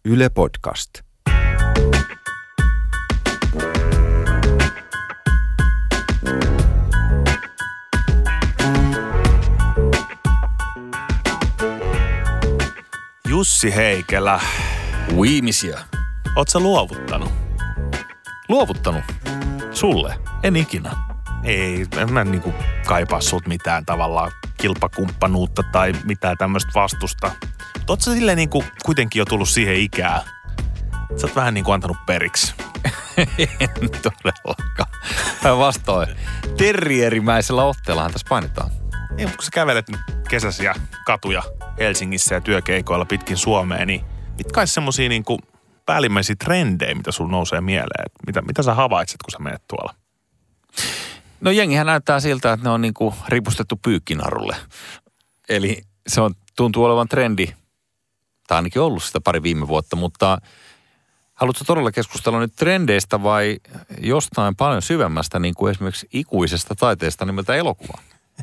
Yle Podcast. Jussi Heikelä. Uimisia. Oot sä luovuttanut? Luovuttanut? Sulle? En ikinä. Ei, en mä niinku kaipaa sut mitään tavallaan kilpakumppanuutta tai mitään tämmöistä vastusta. Oot sä silleen niinku kuitenkin jo tullut siihen ikään? Sä oot vähän niinku antanut periksi. En todellakaan. Päinvastoin. Terrierimäisellä otteellahan tässä painitaan. Ei, mutta kun sä kävelet nyt kesäisiä katuja Helsingissä ja työkeikoilla pitkin Suomea, niin mitkä olisi semmosia niinku päällimmäisiä trendejä, mitä sun nousee mieleen? Mitä sä havaitset, kun sä menet tuolla? No jengihän näyttää siltä, että ne on niinku ripustettu pyykkinarulle. Eli se tuntuu olevan trendi. Tämä on ainakin ollut sitä pari viime vuotta, mutta haluatko todella keskustella nyt trendeistä vai jostain paljon syvemmästä, niin kuin esimerkiksi ikuisesta taiteesta nimeltä elokuva?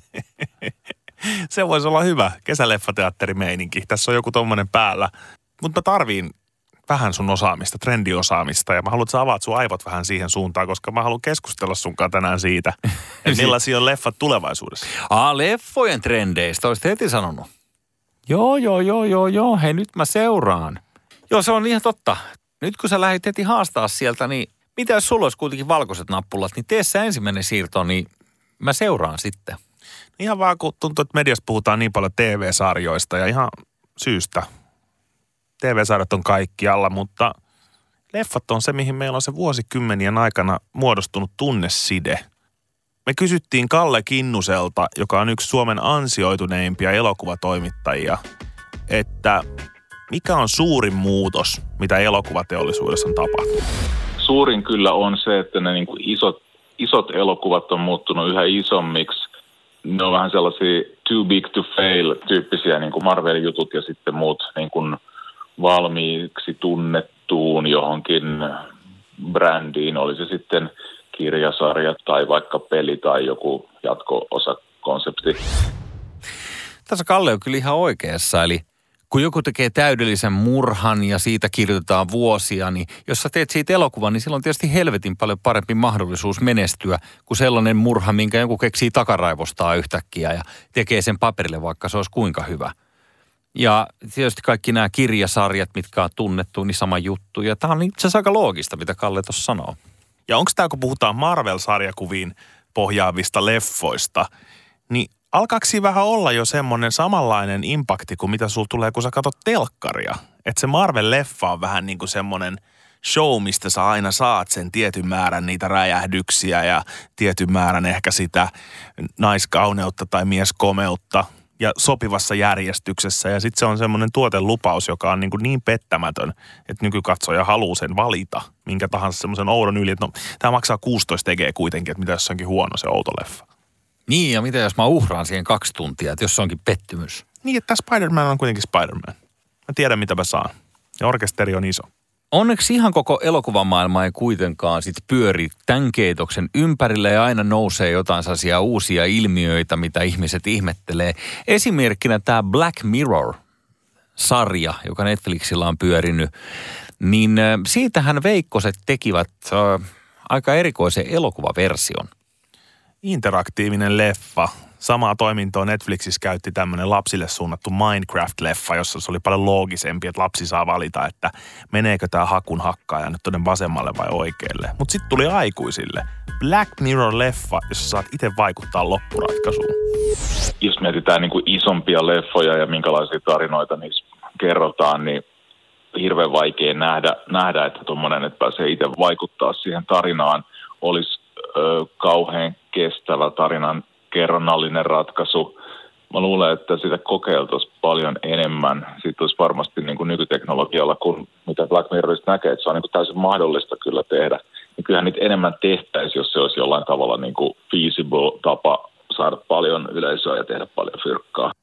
Se voisi olla hyvä kesäleffateatterimeininki. Tässä on joku tommonen päällä. Mutta mä tarviin vähän sun osaamista, trendiosaamista. Ja mä haluan, että sä avaat sun aivot vähän siihen suuntaan, koska mä haluan keskustella sunkaan tänään siitä, että millaisia on leffat tulevaisuudessa. Leffojen trendeistä, olisit heti sanonut. Joo, hei nyt mä seuraan. Joo, se on ihan totta. Nyt kun sä lähdit heti haastaa sieltä, niin mitä jos sulla olisi kuitenkin valkoiset nappulat, niin tee sä ensimmäinen siirto, niin mä seuraan sitten. Ihan vaan kun tuntuu, että mediassa puhutaan niin paljon TV-sarjoista ja ihan syystä. TV-sarjat on kaikkialla, mutta leffat on se, mihin meillä on se vuosikymmenien aikana muodostunut tunneside. Me kysyttiin Kalle Kinnuselta, joka on yksi Suomen ansioituneimpia elokuvatoimittajia, että mikä on suurin muutos, mitä elokuvateollisuudessa on tapahtunut? Suurin kyllä on se, että ne niin kuin isot elokuvat on muuttunut yhä isommiksi. Ne on vähän sellaisia too big to fail -tyyppisiä, niin kuin Marvel-jutut ja sitten muut niin kuin valmiiksi tunnettuun johonkin brändiin. Oli se sitten kirjasarja tai vaikka peli tai joku jatko-osakonsepti. Tässä Kalle on kyllä ihan oikeassa, eli kun joku tekee täydellisen murhan ja siitä kirjoitetaan vuosia, niin jos sä teet siitä elokuvan, niin silloin on tietysti helvetin paljon parempi mahdollisuus menestyä kuin sellainen murha, minkä joku keksii takaraivostaa yhtäkkiä ja tekee sen paperille, vaikka se olisi kuinka hyvä. Ja tietysti kaikki nämä kirjasarjat, mitkä on tunnettu, niin sama juttu. Ja tämä on itse asiassa aika loogista, mitä Kalle tuossa sanoo. Ja onko tämä, kun puhutaan Marvel-sarjakuviin pohjaavista leffoista, niin alkaako siinä vähän olla jo semmoinen samanlainen impakti kuin mitä sulla tulee, kun sä katsot telkkaria? Että se Marvel-leffa on vähän niin kuin semmoinen show, mistä sä aina saat sen tietyn määrän niitä räjähdyksiä ja tietyn määrän ehkä sitä naiskauneutta tai mieskomeutta ja sopivassa järjestyksessä. Ja sitten se on semmoinen tuotelupaus, joka on niin pettämätön, että nykykatsoja haluaa sen valita minkä tahansa semmoisen oudon yli, että no tämä maksaa 16 TG kuitenkin, että mitä jos onkin huono se outo leffa. Niin, ja mitä jos mä uhraan siihen 2 tuntia, että jos se onkin pettymys? Niin, että Spider-Man on kuitenkin Spider-Man. Mä tiedän, mitä mä saan. Ja orkesteri on iso. Onneksi ihan koko elokuvamaailma ei kuitenkaan sit pyöri tämän keitoksen ympärille ja aina nousee jotain sellaisia uusia ilmiöitä, mitä ihmiset ihmettelee. Esimerkkinä tämä Black Mirror-sarja, joka Netflixillä on pyörinyt, niin siitähän Veikkoset tekivät aika erikoisen elokuvaversion. Interaktiivinen leffa. Samaa toimintoa Netflixissä käytti tämmöinen lapsille suunnattu Minecraft-leffa, jossa se oli paljon loogisempi, että lapsi saa valita, että meneekö tämä hakun hakkaaja nyt tuonne vasemmalle vai oikealle. Mutta sitten tuli aikuisille Black Mirror-leffa, jossa saat itse vaikuttaa loppuratkaisuun. Jos mietitään niin kuin isompia leffoja ja minkälaisia tarinoita niissä kerrotaan, niin hirveän vaikea nähdä että tuommoinen, että pääsee itse vaikuttaa siihen tarinaan, olisi kauhean kestävä tarinan kerronnallinen ratkaisu. Mä luulen, että sitä kokeiltaisiin paljon enemmän. Siitä olisi varmasti niin kuin nykyteknologialla, kuin mitä Black Mirrorista näkee, että se on niin kuin täysin mahdollista kyllä tehdä. Niin kyllähän niitä enemmän tehtäisiin, jos se olisi jollain tavalla niin kuin feasible tapa saada paljon yleisöä ja tehdä paljon fyrkkaa.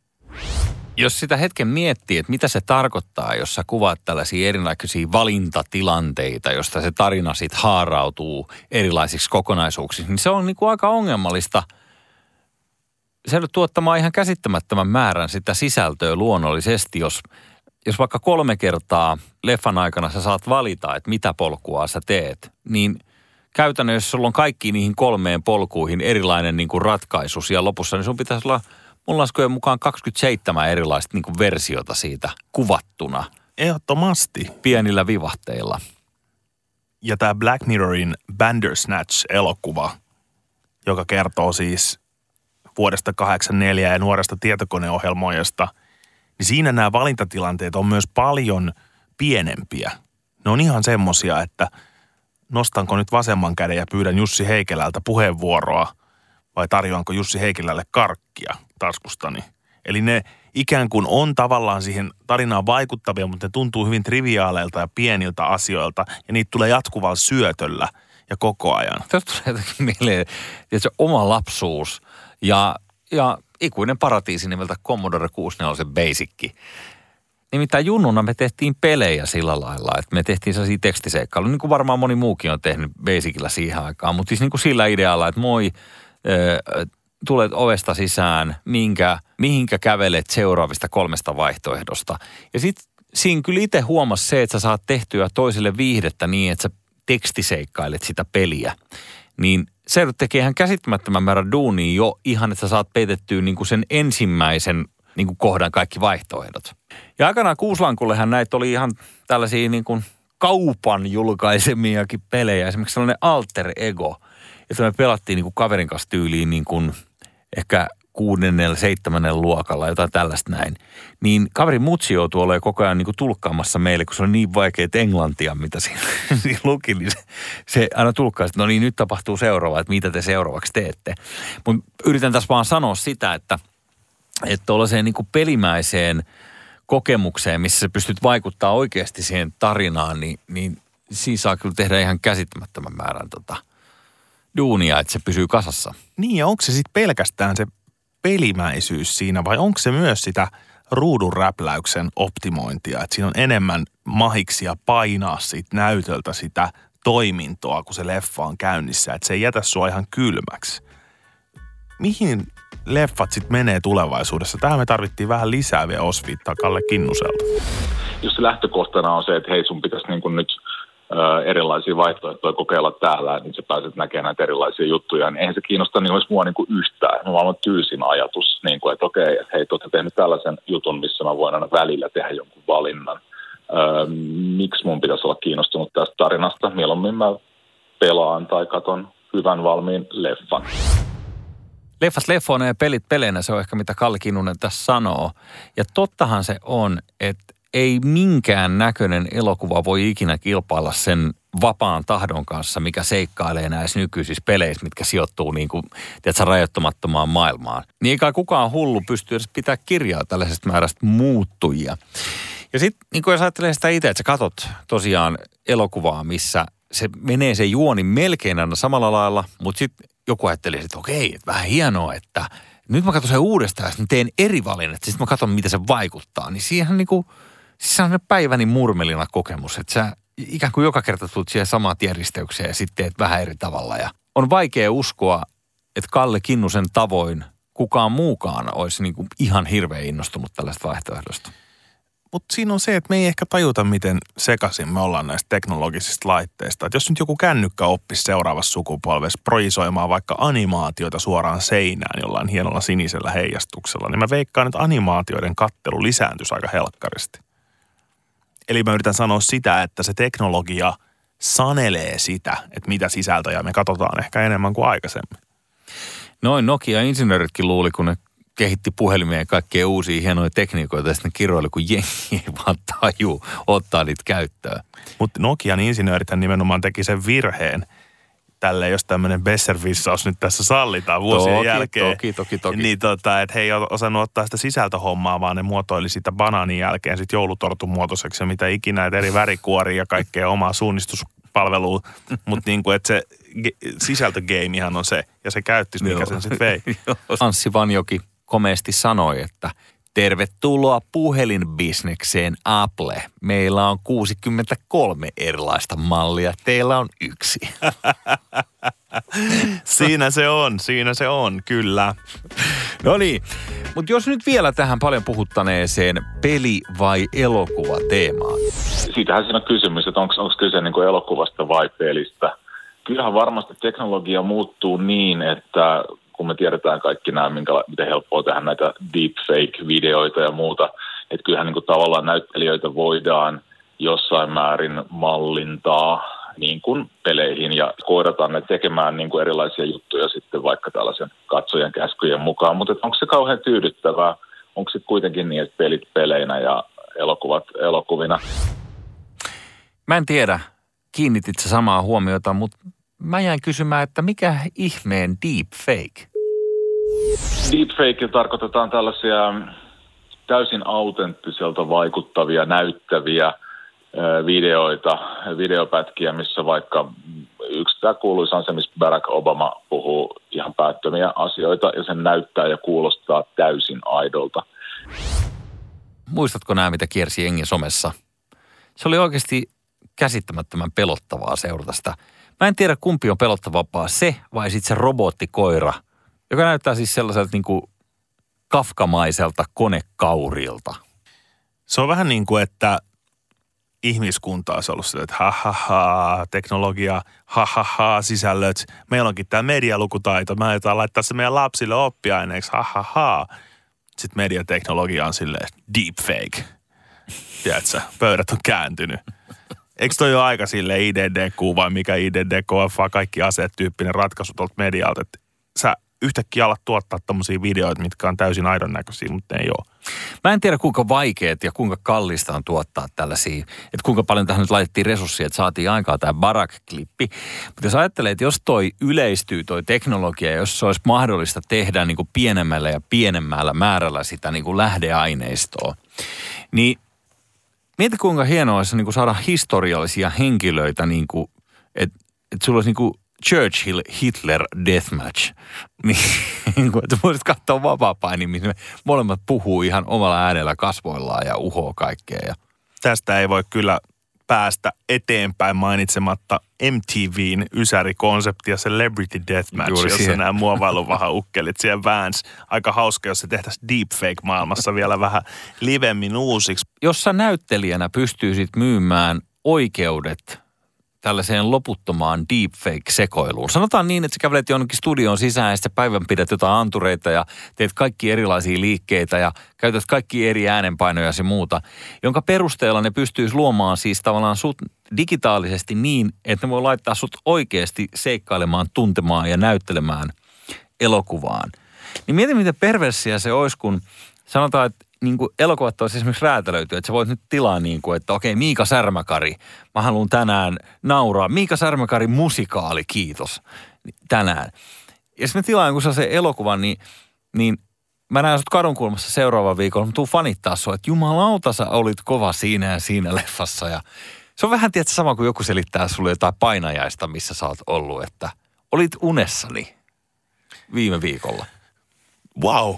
Jos sitä hetken miettii, että mitä se tarkoittaa, jos sä kuvaat tällaisia erinäköisiä valintatilanteita, josta se tarina sitten haarautuu erilaisiksi kokonaisuuksiksi, niin se on niin kuin aika ongelmallista. Se tuottamaan ihan käsittämättömän määrän sitä sisältöä luonnollisesti, jos jos vaikka 3 kertaa leffan aikana sä saat valita, että mitä polkua sä teet, niin käytännössä, jos sulla on kaikki niihin 3 polkuihin erilainen niin kuin ratkaisu siellä lopussa, niin sun pitäisi olla mun laskujen mukaan 27 erilaista niin kuin versiota siitä kuvattuna. Ehdottomasti. Pienillä vivahteilla. Ja tämä Black Mirrorin Bandersnatch-elokuva, joka kertoo siis vuodesta 1984 ja nuoresta tietokoneohjelmoijasta, niin siinä nämä valintatilanteet on myös paljon pienempiä. Ne on ihan semmosia, että nostanko nyt vasemman käden ja pyydän Jussi Heikelältä puheenvuoroa vai tarjoanko Jussi Heikelälle karkkia taskustani. Eli ne ikään kuin on tavallaan siihen tarinaan vaikuttavia, mutta ne tuntuu hyvin triviaaleilta ja pieniltä asioilta ja niitä tulee jatkuvalla syötöllä ja koko ajan. Tästä tulee jotenkin mieleen, että se oma lapsuus ja ikuinen paratiisi nimeltä Commodore 64 Basic. Nimittäin junnuna me tehtiin pelejä sillä lailla, että me tehtiin sellaisia tekstiseikkailuja, niin kuin varmaan moni muukin on tehnyt Basicilla siihen aikaan, mutta siis niin kuin sillä idealla, että tulet ovesta sisään, mihinkä kävelet seuraavista 3 vaihtoehdosta. Ja sitten siinä kyllä itse huomasi se, että sä saat tehtyä toiselle viihdettä niin, että sä tekstiseikkailet sitä peliä. Niin se tekee ihan käsittämättömän määrän duunia jo ihan, että sä saat peitettyä niin kuin sen ensimmäisen niin kuin kohdan kaikki vaihtoehdot. Ja aikanaan Kuuslankullehan näitä oli ihan tällaisia niin kuin kaupan julkaisemiakin pelejä. Esimerkiksi sellainen Alter Ego, jota me pelattiin niin kuin kaverin kanssa tyyliin niin kuin ehkä 6. 7. luokalla, jotain tällaista näin. Niin kaveri mutsi joutui olemaan koko ajan niin kuin tulkkaamassa meille, kun se oli niin vaikeat englantia, mitä siinä luki. Niin se aina tulkkaisi, että no niin, nyt tapahtuu seuraava, että mitä te seuraavaksi teette. Mutta yritän tässä vaan sanoa sitä, että tuollaiseen niin kuin pelimäiseen kokemukseen, missä sä pystyt vaikuttaa oikeasti siihen tarinaan, niin siinä saa kyllä tehdä ihan käsittämättömän määrän duunia, että se pysyy kasassa. Niin, ja onko se sitten pelkästään se pelimäisyys siinä vai onko se myös sitä ruudun räpläyksen optimointia, että siinä on enemmän mahiksia painaa siitä näytöltä sitä toimintoa, kun se leffa on käynnissä, että se ei jätä sua ihan kylmäksi. Mihin leffat sitten menee tulevaisuudessa? Tähän me tarvittiin vähän lisää vielä osviittaa Kalle Kinnuselta. Jos se lähtökohtana on se, että hei, sun pitäisi niin kuin nyt erilaisia vaihtoehtoja kokeilla täällä, niin sä pääset näkemään näitä erilaisia juttuja, niin eihän se kiinnosta niin mua niin kuin yhtään. No, on tyysin ajatus, niin kuin, että okei, että hei, te olette tehnyt tällaisen jutun, missä mä voin aina välillä tehdä jonkun valinnan. Miksi mun pitäisi olla kiinnostunut tästä tarinasta? Mieluummin mä pelaan tai katon hyvän valmiin leffan. Leffat leffoina ja pelit peleinä, se on ehkä mitä Kalle Kinnunen tässä sanoo. Ja tottahan se on, että ei minkään näköinen elokuva voi ikinä kilpailla sen vapaan tahdon kanssa, mikä seikkailee näissä nykyisissä peleissä, mitkä sijoittuu niin kuin, tiedätkö, rajoittamattomaan maailmaan. Niin eikä kukaan hullu pysty edes pitää kirjaa tällaisesta määrästä muuttujia. Ja sitten niin jos ajattelee sitä itse, että sä katot tosiaan elokuvaa, missä se menee se juoni melkein aina samalla lailla, mutta sitten joku ajattelee, että okei, että vähän hienoa, että nyt mä katson sen uudestaan, ja teen eri valinnat, sitten mä katson, miten se vaikuttaa. Niin siihen niin kuin, siis se on päiväni murmelina kokemus, että sä ikään kuin joka kerta tulet siihen samaan tienristeykseen ja sitten teet vähän eri tavalla. Ja on vaikea uskoa, että Kalle Kinnusen tavoin kukaan muukaan olisi niin kuin ihan hirveän innostunut tällaista vaihtoehdosta. Mutta siinä on se, että me ei ehkä tajuta, miten sekaisin me ollaan näistä teknologisista laitteista. Että jos nyt joku kännykkä oppisi seuraavassa sukupolvessa projisoimaan vaikka animaatioita suoraan seinään jollain hienolla sinisellä heijastuksella, niin mä veikkaan, että animaatioiden kattelu lisääntyisi aika helkkaristi. Eli mä yritän sanoa sitä, että se teknologia sanelee sitä, että mitä sisältöjä me katsotaan ehkä enemmän kuin aikaisemmin. Noin Nokia-insinööritkin luuli, kun ne kehitti puhelimia ja kaikkia uusia hienoja tekniikoita ja sitten kiroili, kun jengi ei vaan tajuu ottaa niitä käyttöön. Mutta Nokian insinöörithän nimenomaan teki sen virheen. Tälleen, jos tämmöinen besservissaus nyt tässä sallitaan vuosien jälkeen. Toki. Niin että he ei osannut ottaa sitä sisältöhommaa, vaan ne muotoili sitä banaanin jälkeen sitten joulutortun muotoiseksi ja mitä ikinä, että eri värikuoria ja kaikkea omaa suunnistuspalvelua. Mutta niin kuin, että se sisältögeimihan on se, ja se käyttis, mikä sen sitten vei. Anssi Vanjoki komeasti sanoi, että tervetuloa puhelinbisnekseen Apple. Meillä on 63 erilaista mallia, teillä on 1. Siinä se on, kyllä. No niin, mutta jos nyt vielä tähän paljon puhuttaneeseen peli- vai elokuva-teemaan. Siitähän siinä on kysymys, että onko kyse niin kuin elokuvasta vai pelistä. Kyllähän varmasti teknologia muuttuu niin, että kun me tiedetään kaikki nämä, miten helppoa tehdä näitä deepfake-videoita ja muuta, että kyllähän niin kuin tavallaan näyttelijöitä voidaan jossain määrin mallintaa niin kuin peleihin ja koirataan ne tekemään niin kuin erilaisia juttuja sitten vaikka tällaisen katsojan käskyjen mukaan. Mutta onko se kauhean tyydyttävää? Onko se kuitenkin niin, että pelit peleinä ja elokuvat elokuvina? Mä en tiedä, kiinnitit sä samaa huomiota, mutta mä jäin kysymään, että mikä ihmeen deepfake? Deepfake tarkoitetaan tällaisia täysin autenttiselta vaikuttavia, näyttäviä videoita, videopätkiä, missä vaikka yksi tämä kuuluisa on se, missä Barack Obama puhuu ihan päättömiä asioita ja sen näyttää ja kuulostaa täysin aidolta. Muistatko nämä, mitä kiersi jengi somessa? Se oli oikeasti käsittämättömän pelottavaa seurata sitä. Mä en tiedä, kumpi on pelottavampaa, se vai sitten se robottikoira, joka näyttää siis sellaiselta niin kuin kafkamaiselta konekaurilta. Se on vähän niin kuin, että ihmiskunta olisi ollut sille, että teknologia, sisällöt. Meillä onkin tämä medialukutaito. Mä aiotaan laittaa se meidän lapsille oppiaineeksi, Sitten mediateknologia on silleen deepfake. Tiedätkö, pöydät on kääntynyt. Eikö toi ole aika silleen IDDQ vai mikä IDDQF, kaikki aseet-tyyppinen ratkaisu tuolta medialta, että sä yhtäkkiä alat tuottaa tommosia videoita, mitkä on täysin aidon näköisiä, mutta ei ole. Mä en tiedä, kuinka vaikeet ja kuinka kallista on tuottaa tällaisia, että kuinka paljon tähän nyt laitettiin resursseja, että saatiin aikaa tämä Barack-klippi. Mutta jos ajattelee, että jos toi yleistyy, toi teknologia, jos se olisi mahdollista tehdä niin kuin pienemmällä ja pienemmällä määrällä sitä niin kuin lähdeaineistoa, niin mieti kuinka hienoa olisi niin kuin saada historiallisia henkilöitä, niin kuin, että sulla olisi niin kuin Churchill-Hitler deathmatch. Niin, että voisit katsoa vapaa-paini, missä molemmat puhuu ihan omalla äänellä kasvoillaan ja uhoo kaikkea. Ja tästä ei voi kyllä päästä eteenpäin mainitsematta MTVn ysärikonsepti ja Celebrity Deathmatch, juuri jossa siihen. nämä muovailuvaha-ukkelit siellä Vans. Aika hauska, jos se tehtäisiin deepfake-maailmassa vielä vähän livemmin uusiksi. jos sä näyttelijänä pystyisit myymään oikeudet tällaiseen loputtomaan deepfake-sekoiluun. Sanotaan niin, että sä kävelet jonnekin studion sisään ja sitten päivän pidät jotain antureita ja teet kaikki erilaisia liikkeitä ja käytät kaikki eri äänenpainoja ja muuta, jonka perusteella ne pystyisi luomaan siis tavallaan sut digitaalisesti niin, että ne voi laittaa sut oikeasti seikkailemaan, tuntemaan ja näyttelemään elokuvaan. Niin mieti, miten perversiä se olisi, kun sanotaan, että niin kuin elokuvat olisi esimerkiksi räätälöity, että sä voit nyt tilaa niin kuin, että okei, Miika Särmäkari, mä haluan tänään nauraa. Miika Särmäkari musikaali, kiitos, tänään. Ja jos mä tilaan jonkun sellaisen elokuvan, niin mä näen sut kadunkulmassa seuraavan viikolla, mä tuun fanittaa sua, että jumalauta, sä olit kova siinä ja siinä leffassa. Ja se on vähän tietysti sama kuin joku selittää sulle jotain painajaista, missä sä oot ollut, että olit unessani viime viikolla. Wow.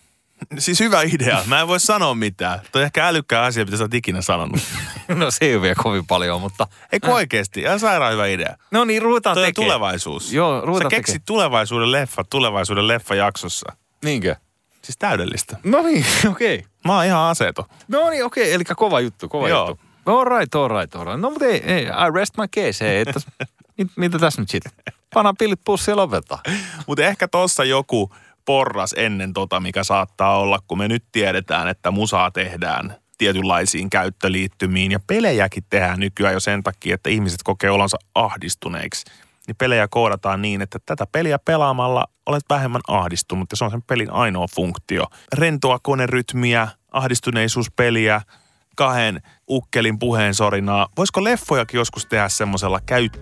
Siis hyvä idea. Mä en voi sanoa mitään. Toi on ehkä älykkää asia, mitä sä oot ikinä sanonut. No se ei ole vielä kovin paljon, mutta... Eikö oikeesti? Ihan sairaan hyvä idea. No niin, ruvetaan Toi on tekemään. tulevaisuus. Joo, ruvetaan Sä keksit tulevaisuuden leffajaksossa. Niinkö? Siis täydellistä. No niin, okei. Okay. Mä oon ihan aseeton. No niin, okei. Eli kova juttu. Joo. All right. No mutta ei, I rest my case. Ei, että, mitä tässä nyt sitten? Panna pillit pussiin ja lopeta. Mutta ehkä tossa joku porras ennen mikä saattaa olla, kun me nyt tiedetään, että musaa tehdään tietynlaisiin käyttöliittymiin ja pelejäkin tehdään nykyään jo sen takia, että ihmiset kokee olonsa ahdistuneiksi. Niin pelejä koodataan niin, että tätä peliä pelaamalla olet vähemmän ahdistunut ja se on sen pelin ainoa funktio. Rentoa konerytmiä, ahdistuneisuuspeliä, 2 ukkelin puheensorinaa. Voisiko leffojakin joskus tehdä semmoisella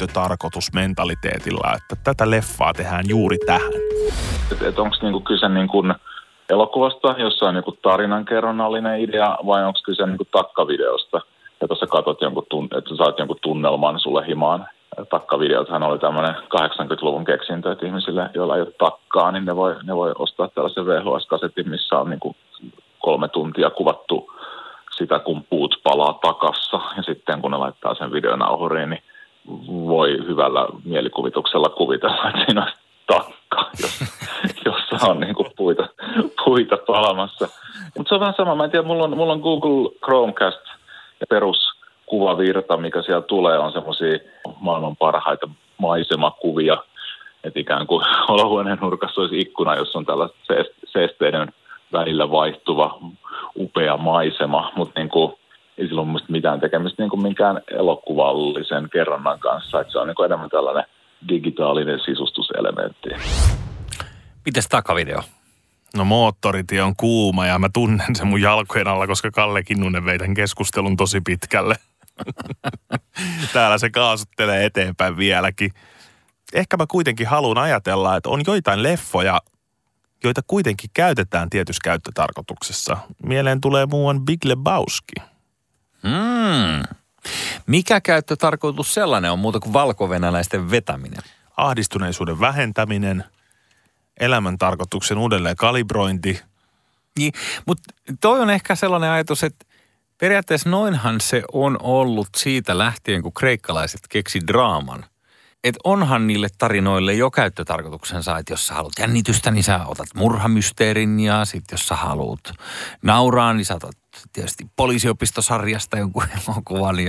käyttötarkoitusmentaliteetilla, että tätä leffaa tehdään juuri tähän? Onko niinku kyse niinku elokuvasta, jossa on niinku tarinankerronnallinen idea, vai onko kyse niinku takkavideosta? Ja tuossa katsot että saat jonkun tunnelman sulle himaan. Takkavideothan oli tämmöinen 80-luvun keksintö, että ihmisille, joilla ei ole takkaa, niin ne voi ostaa tällaisen VHS-kasetin, missä on niinku 3 tuntia kuvattu sitä, kun puut palaa takassa. Ja sitten kun ne laittaa sen videonauhuriin, niin voi hyvällä mielikuvituksella kuvitella, että siinä on takka, jossa on niin kuin puita palamassa. Mutta se on vähän sama. Mä en tiedä, mulla on Google Chromecast ja peruskuvavirta, mikä siellä tulee, on semmoisia maailman parhaita maisemakuvia. Että ikään kuin olohuoneen nurkassa olisi ikkuna, jossa on tällaista seesteiden välillä vaihtuva upea maisema, mutta niin kuin ei sillä ole mitään tekemistä niin kuin minkään elokuvallisen kerronnan kanssa. Että se on niin kuin enemmän tällainen digitaalinen sisustuselementti. Mites takavideo? No moottoritie on kuuma ja mä tunnen sen mun jalkojen alla, koska Kalle Kinnunen vei tämän keskustelun tosi pitkälle. Täällä se kaasuttelee eteenpäin vieläkin. Ehkä mä kuitenkin haluan ajatella, että on joitain leffoja, joita kuitenkin käytetään tietyssä käyttötarkoituksessa. Mieleen tulee muuan Big Lebowski. Mikä käyttötarkoitus sellainen on muuta kuin valkovenäläisten vetäminen? Ahdistuneisuuden vähentäminen, elämäntarkoituksen uudelleen kalibrointi. Niin, mutta toi on ehkä sellainen ajatus, että periaatteessa noinhan se on ollut siitä lähtien, kun kreikkalaiset keksi draaman. Että onhan niille tarinoille jo käyttötarkoituksensa, että jos sä haluat jännitystä, niin sä otat murhamysteerin ja sitten jos sä haluat nauraa, niin sä otat tietysti poliisiopistosarjasta jonkun elokuvan.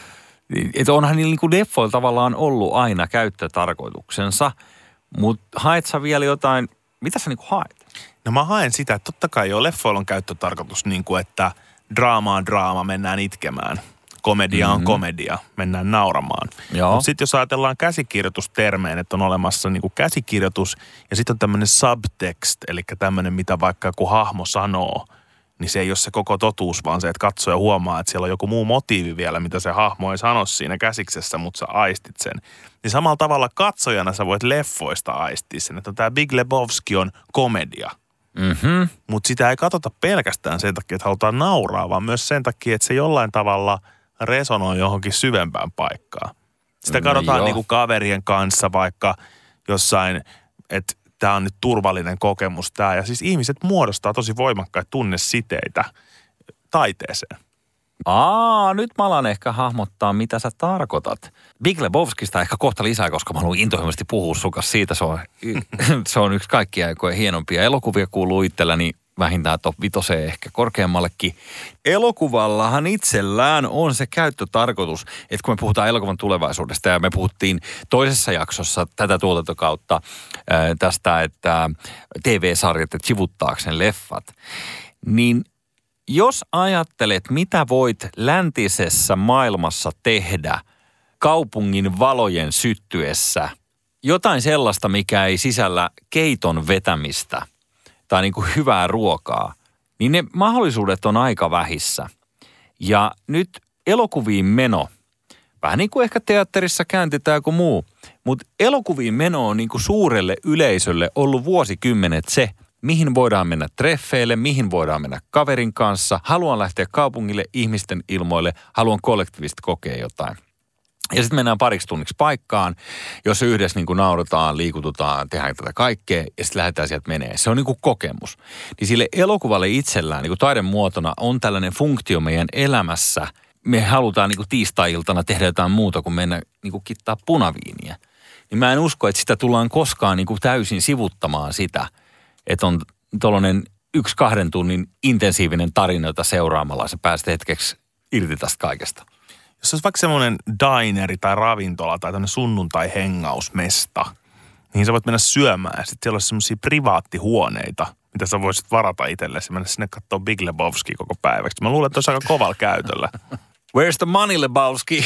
Että onhan niillä niin kuin leffoilla tavallaan ollut aina käyttötarkoituksensa, mutta haet sä vielä jotain, mitä sä niin kuin haet? No mä haen sitä, että totta kai jo leffoilla on käyttötarkoitus niin kuin, että draama on draama, mennään itkemään. Komedia on komedia, mennään nauramaan. Mutta sitten jos ajatellaan käsikirjoitustermeen, että on olemassa niinku käsikirjoitus ja sitten on tämmöinen subtext, eli tämmöinen, mitä vaikka joku hahmo sanoo, niin se ei ole se koko totuus, vaan se, että katsoja huomaa, että siellä on joku muu motiivi vielä, mitä se hahmo ei sano siinä käsiksessä, mutta sä aistit sen. Niin samalla tavalla katsojana sä voit leffoista aistia sen, että tämä Big Lebowski on komedia. Mutta sitä ei katsota pelkästään sen takia, että halutaan nauraa, vaan myös sen takia, että se jollain tavalla resonoi johonkin syvempään paikkaan. Sitä katsotaan niinku kaverien kanssa vaikka jossain, että tämä on nyt turvallinen kokemus tämä. Ja siis ihmiset muodostaa tosi voimakkaita tunnesiteitä taiteeseen. Nyt mä alan ehkä hahmottaa, mitä sä tarkoitat. Big Lebowskista ehkä kohta lisää, koska mä haluan intohimoisesti puhua sukas siitä. Se on yksi kaikkia aikojen hienompia elokuvia, kuuluu itselläni vähintään top 5 ehkä korkeammallekin. Elokuvallahan itsellään on se käyttötarkoitus, että kun me puhutaan elokuvan tulevaisuudesta ja me puhuttiin toisessa jaksossa tätä tuotantokautta tästä, että TV-sarjat, että sivuttaakseen leffat, niin jos ajattelet, mitä voit läntisessä maailmassa tehdä kaupungin valojen syttyessä, jotain sellaista, mikä ei sisällä keiton vetämistä tai niin kuin hyvää ruokaa, niin ne mahdollisuudet on aika vähissä. Ja nyt elokuviin meno, vähän niin kuin ehkä teatterissa käynti tai joku muu, mutta elokuviin meno on niin kuin suurelle yleisölle ollut vuosikymmenet se, mihin voidaan mennä treffeille, mihin voidaan mennä kaverin kanssa, haluan lähteä kaupungille, ihmisten ilmoille, haluan kollektiivisesti kokea jotain. Ja sitten mennään pariksi tunniksi paikkaan, jos yhdessä niin kuin naurataan, liikututaan, tehdään tätä kaikkea ja sitten lähdetään sieltä menee. Se on niin kuin kokemus. Niin sille elokuvalle itsellään niin kuin taidemuotona on tällainen funktio meidän elämässä. Me halutaan niin kuin tiistai-iltana tehdä jotain muuta kuin mennä niin kuin kittaa punaviiniä. Niin mä en usko, että sitä tullaan koskaan niin kuin täysin sivuttamaan sitä, että on tuollainen 1-2 tunnin intensiivinen tarina, jota seuraamalla sä pääset hetkeksi irti tästä kaikesta. Jos olisi vaikka semmoinen dineri tai ravintola tai tämmöinen sunnuntai-hengausmesta, niin sä voit mennä syömään ja sitten siellä olisi semmoisia privaattihuoneita, mitä sä voisit varata itsellesi ja mennä sinne katsoa Big Lebowski koko päiväksi. Mä luulen, että olisi aika kovalla käytöllä. Where's the money, Lebowski?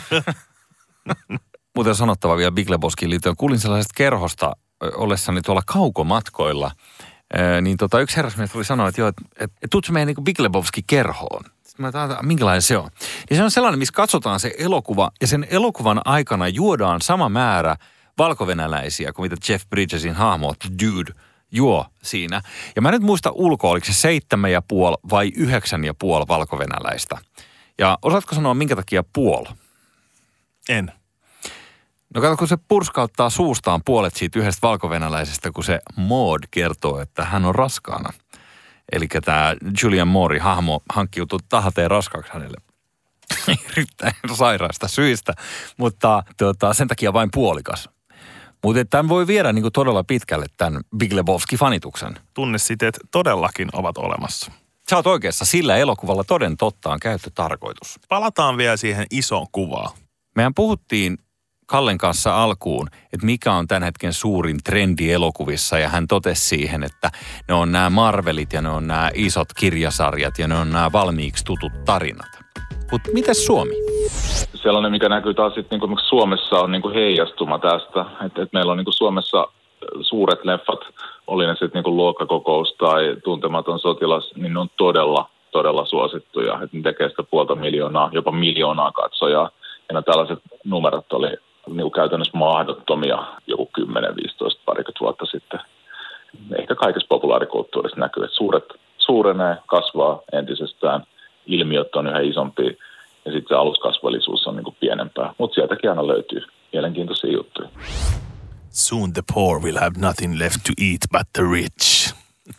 Muuten sanottava vielä Big Lebowskiin liittyen. Kuulin sellaisesta kerhosta ollessani tuolla kaukomatkoilla. Niin yksi herrasmies tuli sanoa, että joo, että tuutko meidän niin Big Lebowski-kerhoon? Sitten mä ajattelin, minkälainen se on. Niin se on sellainen, missä katsotaan se elokuva ja sen elokuvan aikana juodaan sama määrä valkovenäläisiä kuin mitä Jeff Bridgesin hahmo Dude juo siinä. Ja mä nyt muista ulkoa, oliko se 7,5 vai 9,5 valkovenäläistä. Ja osaatko sanoa, minkä takia puoli? En. No kato, kun se purskauttaa suustaan puolet siitä yhdestä valkovenäläisestä, kun se Maud kertoo, että hän on raskaana. Eli tämä Julian Moore hahmo hankkiutui tahateen raskaaksi hänelle. Erittäin sairaasta syistä, mutta sen takia vain puolikas. Mutta tämän voi viedä niin kuin todella pitkälle tämän Big Lebowski-fanituksen. Tunnesiteet todellakin ovat olemassa. Sä oot oikeassa, sillä elokuvalla toden totta on käyttötarkoitus. Palataan vielä siihen isoon kuvaan. Mehän puhuttiin Kallen kanssa alkuun, että mikä on tämän hetken suurin trendi elokuvissa, ja hän totesi siihen, että ne on nämä Marvelit ja ne on nämä isot kirjasarjat ja ne on nämä valmiiksi tutut tarinat. Mutta mites Suomi? Sellainen, mikä näkyy taas sitten niin Suomessa on niin heijastuma tästä, että meillä on niin Suomessa suuret leffat, oli ne sitten niin Luokkakokous tai Tuntematon sotilas, niin ne on todella suosittuja, että ne tekee sitä 500,000, jopa 1 miljoonaa katsojaa, ja tällaiset numerot oli niin käytännössä mahdottomia joku 10, 15, parikymmentä vuotta sitten. Ehkä kaikessa populaarikulttuurissa näkyy, että suurenee, kasvaa entisestään, ilmiöt on yhä isompia ja sitten se aluskasvallisuus on niin kuin pienempää. Mutta sieltäkin aina löytyy mielenkiintoisia juttuja. Soon the poor will have nothing left to eat but the rich.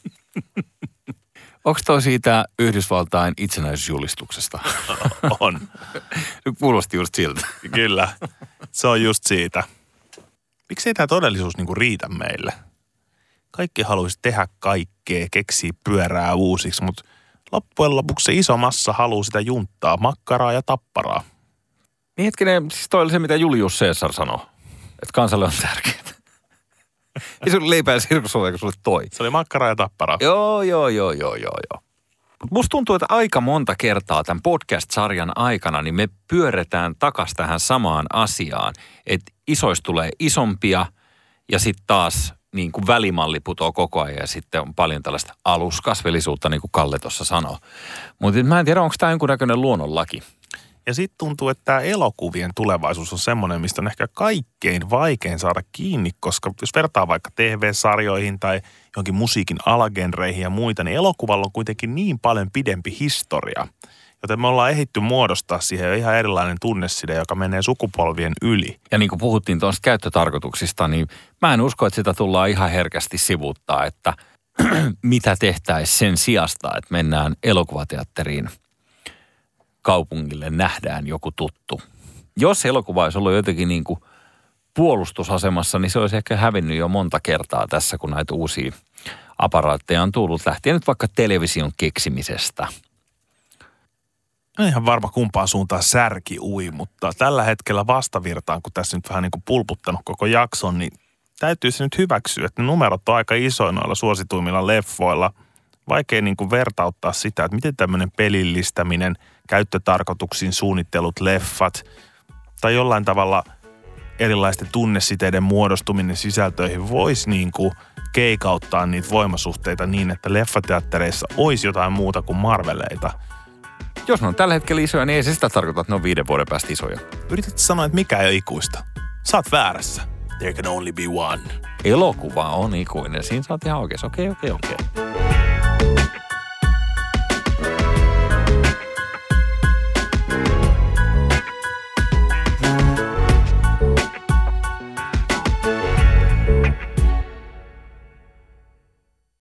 Onko toi siitä Yhdysvaltain itsenäisyysjulistuksesta? On. Kuulosti just siltä. Kyllä, se on just siitä. Miksei tämä todellisuus niinku riitä meille? Kaikki haluaisi tehdä kaikkea, keksiä pyörää uusiksi, mutta loppujen lopuksi se iso massa haluaa sitä junttaa, makkaraa ja tapparaa. Niin hetkinen, siis toi oli se, mitä Julius Caesar sanoi, että kansalle on tärkeää. Ei se oli leipää ja sirkusulla, kun sulle toi. Se oli makkaraa ja tapparaa. Joo. Mut musta tuntuu, että aika monta kertaa tämän podcast-sarjan aikana niin me pyöretään takas tähän samaan asiaan, että isoista tulee isompia ja sitten taas niin kuin välimalli putoo koko ajan ja sitten on paljon tällaista aluskasvillisuutta, niin kuin Kalle tuossa sanoo. Mutta mä en tiedä, onko tämä jonkunnäköinen luonnonlaki. Ja sitten tuntuu, että tämä elokuvien tulevaisuus on semmoinen, mistä on ehkä kaikkein vaikein saada kiinni, koska jos vertaa vaikka TV-sarjoihin tai jonkin musiikin alagenreihin ja muita, niin elokuvalla on kuitenkin niin paljon pidempi historia. Joten me ollaan ehditty muodostaa siihen ihan erilainen tunneside, joka menee sukupolvien yli. Ja niin kuin puhuttiin tuosta käyttötarkoituksista, niin mä en usko, että sitä tullaan ihan herkästi sivuuttaa, että mitä tehtäisiin sen sijasta, että mennään elokuvateatteriin kaupungille, nähdään joku tuttu. Jos elokuva olisi ollut jotenkin niin kuin puolustusasemassa, niin se olisi ehkä hävinnyt jo monta kertaa tässä, kun näitä uusia aparaatteja on tullut. Lähtien nyt vaikka television keksimisestä. En ihan varma kumpaan suuntaan särki ui, mutta tällä hetkellä vastavirtaan, kun tässä nyt vähän niin kuin pulputtanut koko jakson, niin täytyy se nyt hyväksyä, että ne numerot on aika isoja noilla suosituimmilla leffoilla. Vaikea niin kuin vertauttaa sitä, että miten tämmöinen pelillistäminen, käyttötarkoituksiin suunnittelut leffat tai jollain tavalla erilaisten tunnesiteiden muodostuminen sisältöihin voisi niin kuin keikauttaa niitä voimasuhteita niin, että leffateattereissa olisi jotain muuta kuin Marveleita. Jos ne on tällä hetkellä isoja, niin ei se sitä tarkoita, että ne on 5 vuoden päästä isoja. Yrität sanoa, että mikä ei ole ikuista. Sä oot väärässä. There can only be one. Elokuva on ikuinen. Siinä sä oot ihan oikeassa. Okei.